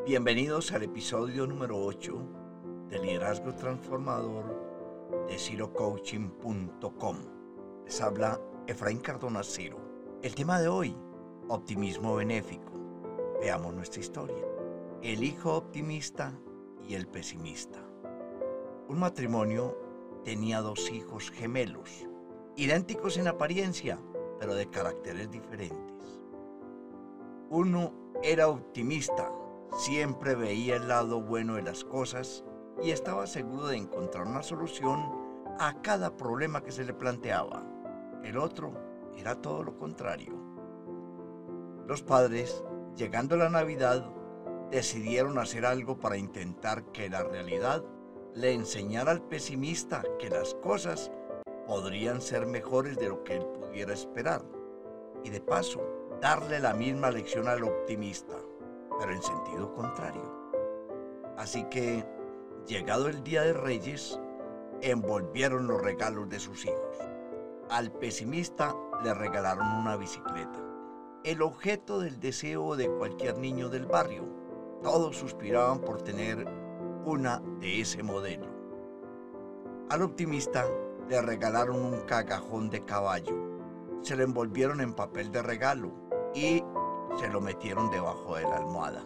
Bienvenidos al episodio número 8 de Liderazgo Transformador de CiroCoaching.com. Les habla Efraín Cardona Ciro. El tema de hoy, optimismo benéfico. Veamos nuestra historia. El hijo optimista y el pesimista. Un matrimonio tenía dos hijos gemelos, idénticos en apariencia, pero de caracteres diferentes. Uno era optimista, siempre veía el lado bueno de las cosas y estaba seguro de encontrar una solución a cada problema que se le planteaba. El otro era todo lo contrario. Los padres, llegando la Navidad, decidieron hacer algo para intentar que la realidad le enseñara al pesimista que las cosas podrían ser mejores de lo que él pudiera esperar, y de paso darle la misma lección al optimista, pero en sentido contrario. Así que, llegado el Día de Reyes, envolvieron los regalos de sus hijos. Al pesimista le regalaron una bicicleta, el objeto del deseo de cualquier niño del barrio. Todos suspiraban por tener una de ese modelo. Al optimista le regalaron un cagajón de caballo, se lo envolvieron en papel de regalo y se lo metieron debajo de la almohada.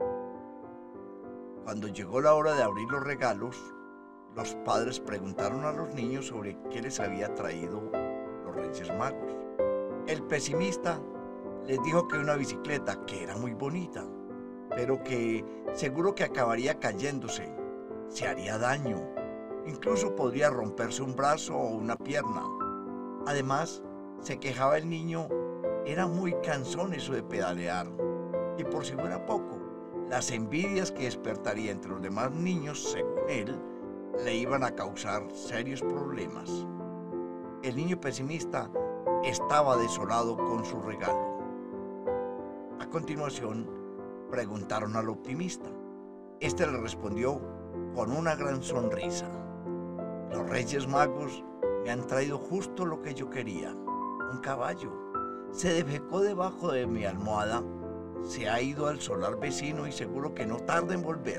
Cuando llegó la hora de abrir los regalos, los padres preguntaron a los niños sobre qué les había traído los Reyes Magos. El pesimista les dijo que una bicicleta, que era muy bonita, pero que seguro que acabaría cayéndose, se haría daño, incluso podría romperse un brazo o una pierna. Además, se quejaba el niño, era muy cansón eso de pedalear. Y por si fuera poco, las envidias que despertaría entre los demás niños, según él, le iban a causar serios problemas. El niño pesimista estaba desolado con su regalo. A continuación, preguntaron al optimista. Este le respondió con una gran sonrisa: los Reyes Magos me han traído justo lo que yo quería, un caballo. Se defecó debajo de mi almohada, se ha ido al solar vecino y seguro que no tarda en volver.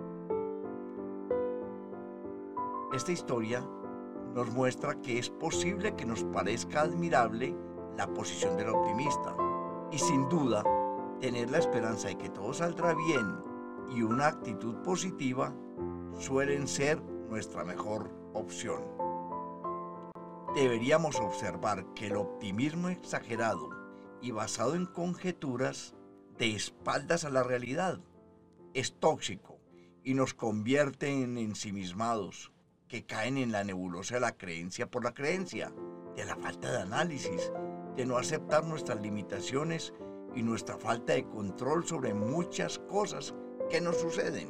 Esta historia nos muestra que es posible que nos parezca admirable la posición del optimista y sin duda tener la esperanza de que todo saldrá bien y una actitud positiva suelen ser nuestra mejor opción. Deberíamos observar que el optimismo exagerado y basado en conjeturas de espaldas a la realidad es tóxico y nos convierte en ensimismados que caen en la nebulosa de la creencia por la creencia, de la falta de análisis, de no aceptar nuestras limitaciones y nuestra falta de control sobre muchas cosas que nos suceden.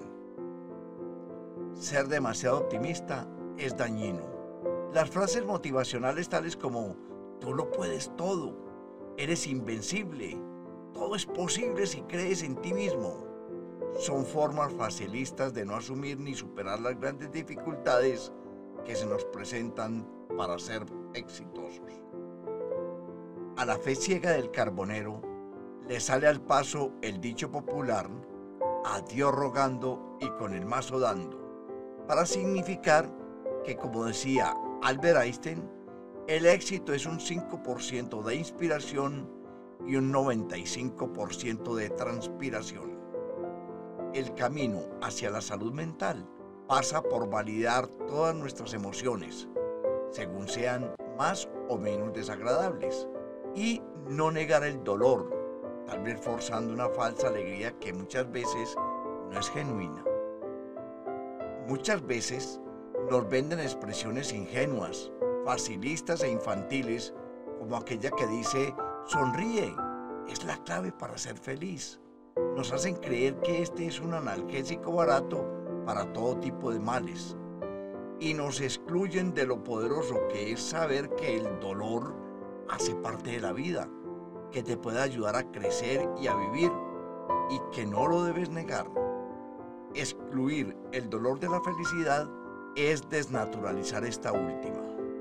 Ser demasiado optimista es dañino. Las frases motivacionales tales como tú lo puedes todo, eres invencible, todo es posible si crees en ti mismo, son formas facilistas de no asumir ni superar las grandes dificultades que se nos presentan para ser exitosos. A la fe ciega del carbonero le sale al paso el dicho popular: a Dios rogando y con el mazo dando, para significar que, como decía Albert Einstein, el éxito es un 5% de inspiración y un 95% de transpiración. El camino hacia la salud mental pasa por validar todas nuestras emociones, según sean más o menos desagradables, y no negar el dolor, tal vez forzando una falsa alegría que muchas veces no es genuina. Muchas veces nos venden expresiones ingenuas, facilistas e infantiles, como aquella que dice sonríe, es la clave para ser feliz. Nos hacen creer que este es un analgésico barato para todo tipo de males y nos excluyen de lo poderoso que es saber que el dolor hace parte de la vida, que te puede ayudar a crecer y a vivir y que no lo debes negar. Excluir el dolor de la felicidad es desnaturalizar esta última.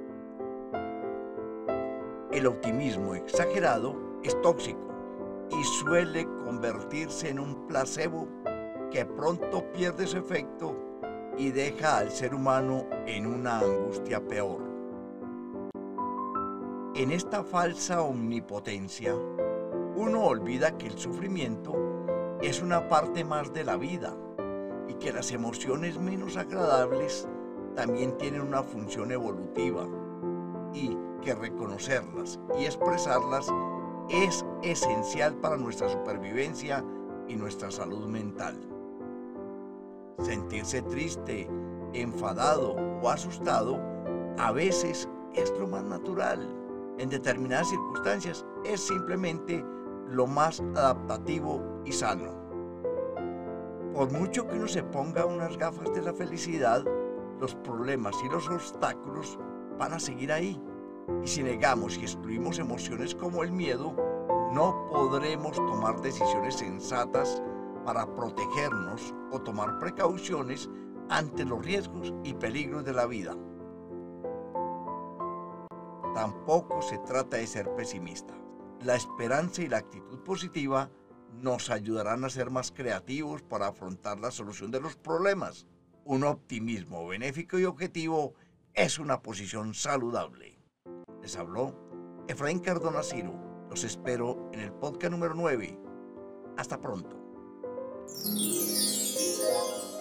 El optimismo exagerado es tóxico y suele convertirse en un placebo que pronto pierde su efecto y deja al ser humano en una angustia peor. En esta falsa omnipotencia, uno olvida que el sufrimiento es una parte más de la vida y que las emociones menos agradables también tienen una función evolutiva y que reconocerlas y expresarlas es esencial para nuestra supervivencia y nuestra salud mental. Sentirse triste, enfadado o asustado a veces es lo más natural. En determinadas circunstancias es simplemente lo más adaptativo y sano. Por mucho que uno se ponga unas gafas de la felicidad, los problemas y los obstáculos van a seguir ahí. Y si negamos y excluimos emociones como el miedo, no podremos tomar decisiones sensatas para protegernos o tomar precauciones ante los riesgos y peligros de la vida. Tampoco se trata de ser pesimista. La esperanza y la actitud positiva nos ayudarán a ser más creativos para afrontar la solución de los problemas. Un optimismo benéfico y objetivo es una posición saludable. Les habló Efraín Cardona Ciro. Los espero en el podcast número 9. Hasta pronto.